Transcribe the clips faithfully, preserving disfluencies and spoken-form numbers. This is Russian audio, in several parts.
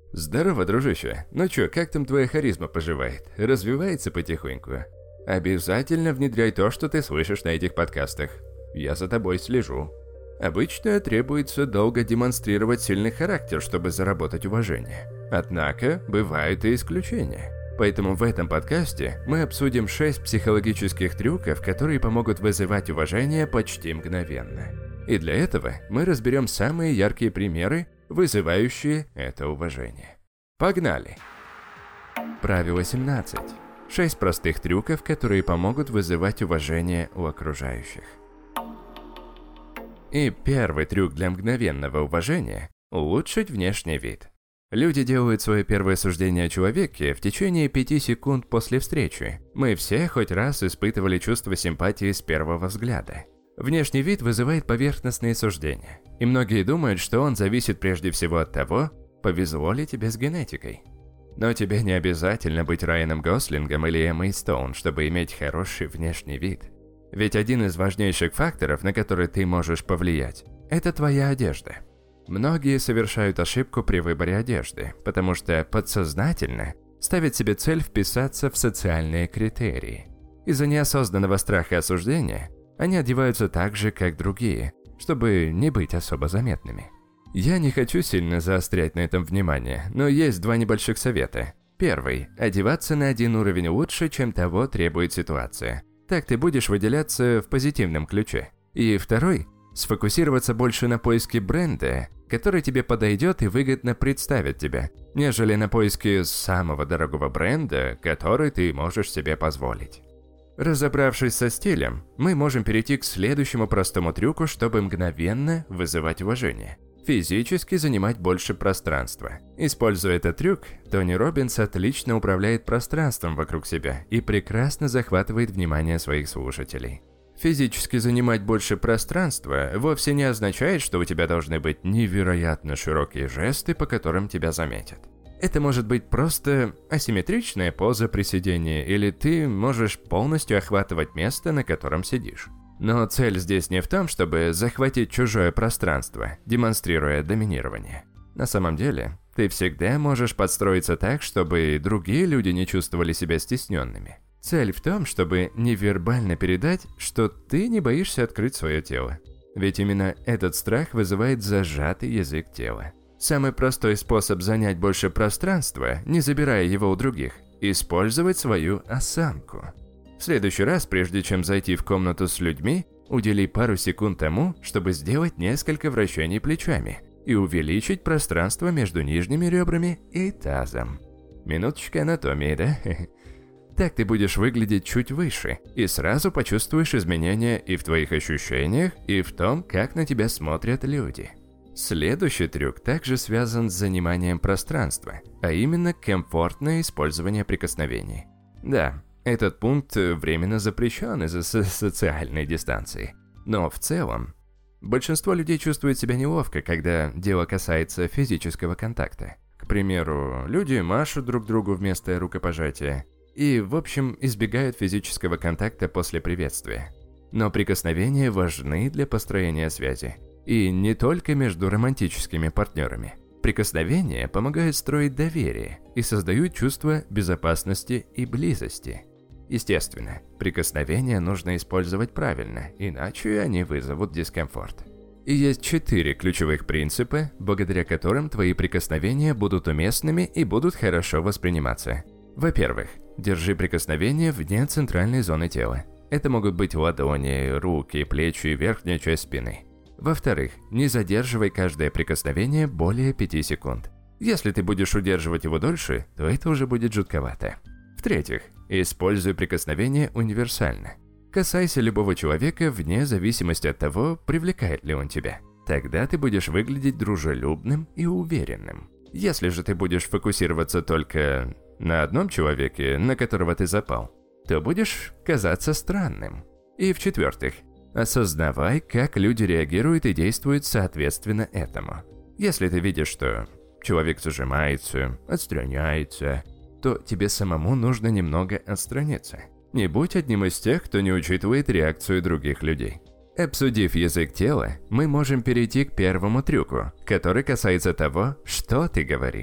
Здорово, дружище. Ну чё, как там твоя харизма поживает? Развивается потихоньку? Обязательно внедряй то, что ты слышишь на этих подкастах. Я за тобой слежу. Обычно требуется долго демонстрировать сильный характер, чтобы заработать уважение. Однако, бывают и исключения. Поэтому в этом подкасте мы обсудим шесть психологических трюков, которые помогут вызывать уважение почти мгновенно. И для этого мы разберем самые яркие примеры, вызывающие это уважение. Погнали! Правило семнадцать. Шесть простых трюков, которые помогут вызывать уважение у окружающих. И первый трюк для мгновенного уважения – улучшить внешний вид. Люди делают свое первое суждение о человеке в течение пяти секунд после встречи. Мы все хоть раз испытывали чувство симпатии с первого взгляда. Внешний вид вызывает поверхностные суждения. И многие думают, что он зависит прежде всего от того, повезло ли тебе с генетикой. Но тебе не обязательно быть Райаном Гослингом или Эммой Стоун, чтобы иметь хороший внешний вид. Ведь один из важнейших факторов, на который ты можешь повлиять, это твоя одежда. Многие совершают ошибку при выборе одежды, потому что подсознательно ставят себе цель вписаться в социальные критерии. Из-за неосознанного страха осуждения они одеваются так же, как другие, чтобы не быть особо заметными. Я не хочу сильно заострять на этом внимание, но есть два небольших совета. Первый – одеваться на один уровень лучше, чем того требует ситуация. Так ты будешь выделяться в позитивном ключе. И второй – сфокусироваться больше на поиске бренда, который тебе подойдет и выгодно представит тебя, нежели на поиске самого дорогого бренда, который ты можешь себе позволить. Разобравшись со стилем, мы можем перейти к следующему простому трюку, чтобы мгновенно вызывать уважение. Физически занимать больше пространства. Используя этот трюк, Тони Роббинс отлично управляет пространством вокруг себя и прекрасно захватывает внимание своих слушателей. Физически занимать больше пространства вовсе не означает, что у тебя должны быть невероятно широкие жесты, по которым тебя заметят. Это может быть просто асимметричная поза при сидении, или ты можешь полностью охватывать место, на котором сидишь. Но цель здесь не в том, чтобы захватить чужое пространство, демонстрируя доминирование. На самом деле, ты всегда можешь подстроиться так, чтобы другие люди не чувствовали себя стесненными. Цель в том, чтобы невербально передать, что ты не боишься открыть свое тело. Ведь именно этот страх вызывает зажатый язык тела. Самый простой способ занять больше пространства, не забирая его у других – использовать свою осанку. В следующий раз, прежде чем зайти в комнату с людьми, удели пару секунд тому, чтобы сделать несколько вращений плечами и увеличить пространство между нижними ребрами и тазом. Минуточка анатомии, да? Так ты будешь выглядеть чуть выше и сразу почувствуешь изменения и в твоих ощущениях, и в том, как на тебя смотрят люди. Следующий трюк также связан с заниманием пространства, а именно комфортное использование прикосновений. Да, этот пункт временно запрещен из-за со- социальной дистанции. Но в целом, большинство людей чувствует себя неловко, когда дело касается физического контакта. К примеру, люди машут друг другу вместо рукопожатия и, в общем, избегают физического контакта после приветствия. Но прикосновения важны для построения связи. И не только между романтическими партнерами. Прикосновения помогают строить доверие и создают чувство безопасности и близости. Естественно, прикосновения нужно использовать правильно, иначе они вызовут дискомфорт. И есть четыре ключевых принципа, благодаря которым твои прикосновения будут уместными и будут хорошо восприниматься. Во-первых, держи прикосновения вне центральной зоны тела. Это могут быть ладони, руки, плечи и верхняя часть спины. Во-вторых, не задерживай каждое прикосновение более пяти секунд. Если ты будешь удерживать его дольше, то это уже будет жутковато. В-третьих, используй прикосновение универсально. Касайся любого человека вне зависимости от того, привлекает ли он тебя. Тогда ты будешь выглядеть дружелюбным и уверенным. Если же ты будешь фокусироваться только на одном человеке, на которого ты запал, то будешь казаться странным. И в-четвертых, осознавай, как люди реагируют и действуют соответственно этому. Если ты видишь, что человек зажимается, отстраняется, то тебе самому нужно немного отстраниться. Не будь одним из тех, кто не учитывает реакцию других людей. Обсудив язык тела, мы можем перейти к первому трюку, который касается того, что ты говоришь.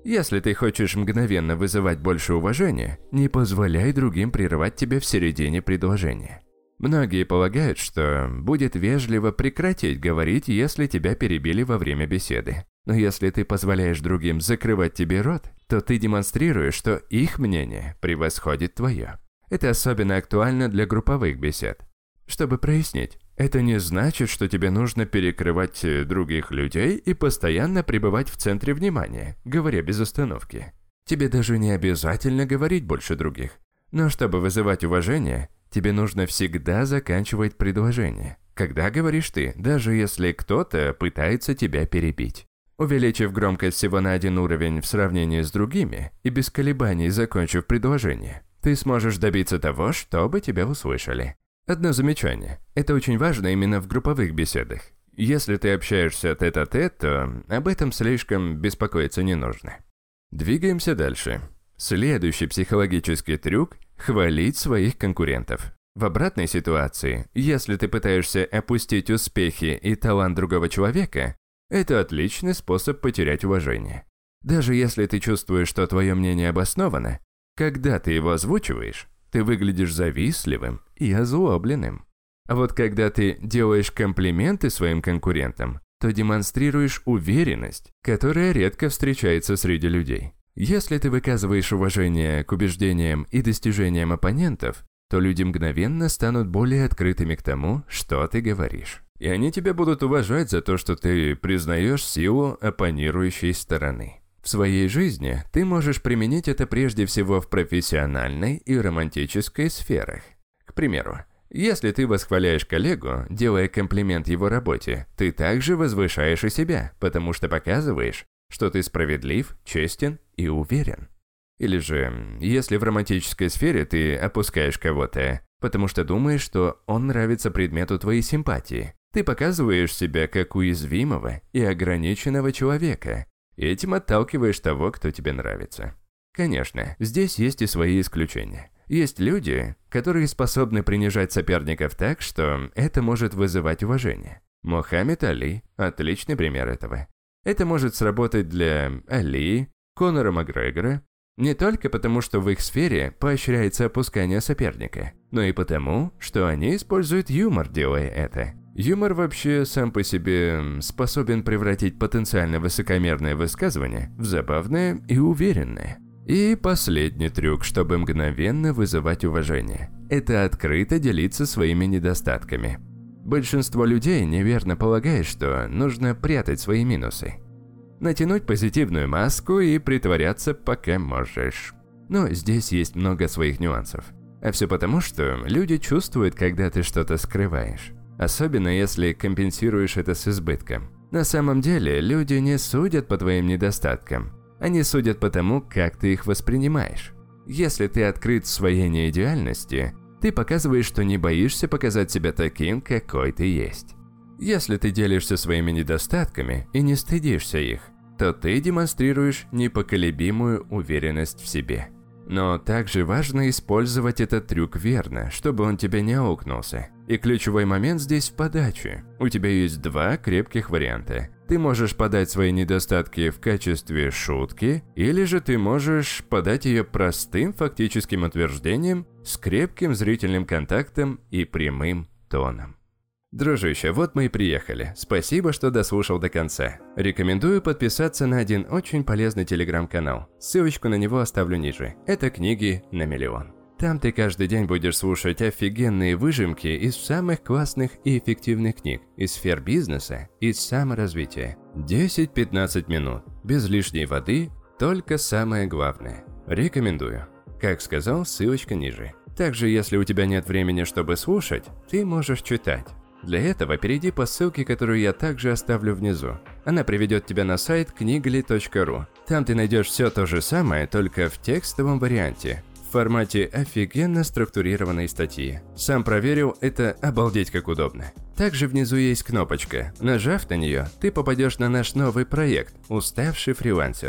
Если ты хочешь мгновенно вызывать больше уважения, не позволяй другим прерывать тебя в середине предложения. Многие полагают, что будет вежливо прекратить говорить, если тебя перебили во время беседы. Но если ты позволяешь другим закрывать тебе рот, то ты демонстрируешь, что их мнение превосходит твое. Это особенно актуально для групповых бесед. Чтобы прояснить, это не значит, что тебе нужно перекрывать других людей и постоянно пребывать в центре внимания, говоря без остановки. Тебе даже не обязательно говорить больше других. Но чтобы вызывать уважение, тебе нужно всегда заканчивать предложение, когда говоришь ты, даже если кто-то пытается тебя перебить. Увеличив громкость всего на один уровень в сравнении с другими и без колебаний закончив предложение, ты сможешь добиться того, чтобы тебя услышали. Одно замечание. Это очень важно именно в групповых беседах. Если ты общаешься тет-а-тет, то об этом слишком беспокоиться не нужно. Двигаемся дальше. Следующий психологический трюк – хвалить своих конкурентов. В обратной ситуации, если ты пытаешься опустить успехи и талант другого человека, это отличный способ потерять уважение. Даже если ты чувствуешь, что твое мнение обосновано, когда ты его озвучиваешь, ты выглядишь завистливым и озлобленным. А вот когда ты делаешь комплименты своим конкурентам, то демонстрируешь уверенность, которая редко встречается среди людей. Если ты выказываешь уважение к убеждениям и достижениям оппонентов, то люди мгновенно станут более открытыми к тому, что ты говоришь. И они тебя будут уважать за то, что ты признаешь силу оппонирующей стороны. В своей жизни ты можешь применить это прежде всего в профессиональной и романтической сферах. К примеру, если ты восхваляешь коллегу, делая комплимент его работе, ты также возвышаешь и себя, потому что показываешь, что ты справедлив, честен и уверен. Или же, если в романтической сфере ты опускаешь кого-то, потому что думаешь, что он нравится предмету твоей симпатии, ты показываешь себя как уязвимого и ограниченного человека, и этим отталкиваешь того, кто тебе нравится. Конечно, здесь есть и свои исключения. Есть люди, которые способны принижать соперников так, что это может вызывать уважение. Мухаммед Али – отличный пример этого. Это может сработать для Али, Конора Макгрегора, не только потому, что в их сфере поощряется опускание соперника, но и потому, что они используют юмор, делая это. Юмор вообще сам по себе способен превратить потенциально высокомерное высказывание в забавное и уверенное. И последний трюк, чтобы мгновенно вызывать уважение – это открыто делиться своими недостатками. Большинство людей неверно полагает, что нужно прятать свои минусы. Натянуть позитивную маску и притворяться, пока можешь. Но здесь есть много своих нюансов. А все потому, что люди чувствуют, когда ты что-то скрываешь. Особенно если компенсируешь это с избытком. На самом деле, люди не судят по твоим недостаткам. Они судят по тому, как ты их воспринимаешь. Если ты открыт в своей неидеальности, ты показываешь, что не боишься показать себя таким, какой ты есть. Если ты делишься своими недостатками и не стыдишься их, то ты демонстрируешь непоколебимую уверенность в себе. Но также важно использовать этот трюк верно, чтобы он тебя не аукнулся. И ключевой момент здесь в подаче. У тебя есть два крепких варианта. Ты можешь подать свои недостатки в качестве шутки, или же ты можешь подать ее простым фактическим утверждением с крепким зрительным контактом и прямым тоном. Дружище, вот мы и приехали. Спасибо, что дослушал до конца. Рекомендую подписаться на один очень полезный телеграм-канал. Ссылочку на него оставлю ниже. Это книги на миллион. Там ты каждый день будешь слушать офигенные выжимки из самых классных и эффективных книг, из сфер бизнеса, из саморазвития. десять-пятнадцать минут, без лишней воды, только самое главное. Рекомендую. Как сказал, ссылочка ниже. Также, если у тебя нет времени, чтобы слушать, ты можешь читать. Для этого перейди по ссылке, которую я также оставлю внизу. Она приведет тебя на сайт книгли точка ру. Там ты найдешь все то же самое, только в текстовом варианте, в формате офигенно структурированной статьи. Сам проверил, это обалдеть как удобно. Также внизу есть кнопочка. Нажав на нее, ты попадешь на наш новый проект «Уставший фрилансер».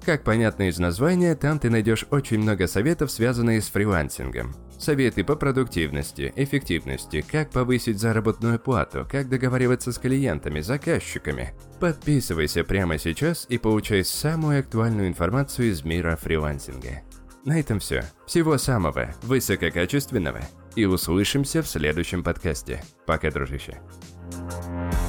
Как понятно из названия, там ты найдешь очень много советов, связанных с фрилансингом. Советы по продуктивности, эффективности, как повысить заработную плату, как договариваться с клиентами, заказчиками. Подписывайся прямо сейчас и получай самую актуальную информацию из мира фрилансинга. На этом все. Всего самого высококачественного. И услышимся в следующем подкасте. Пока, дружище.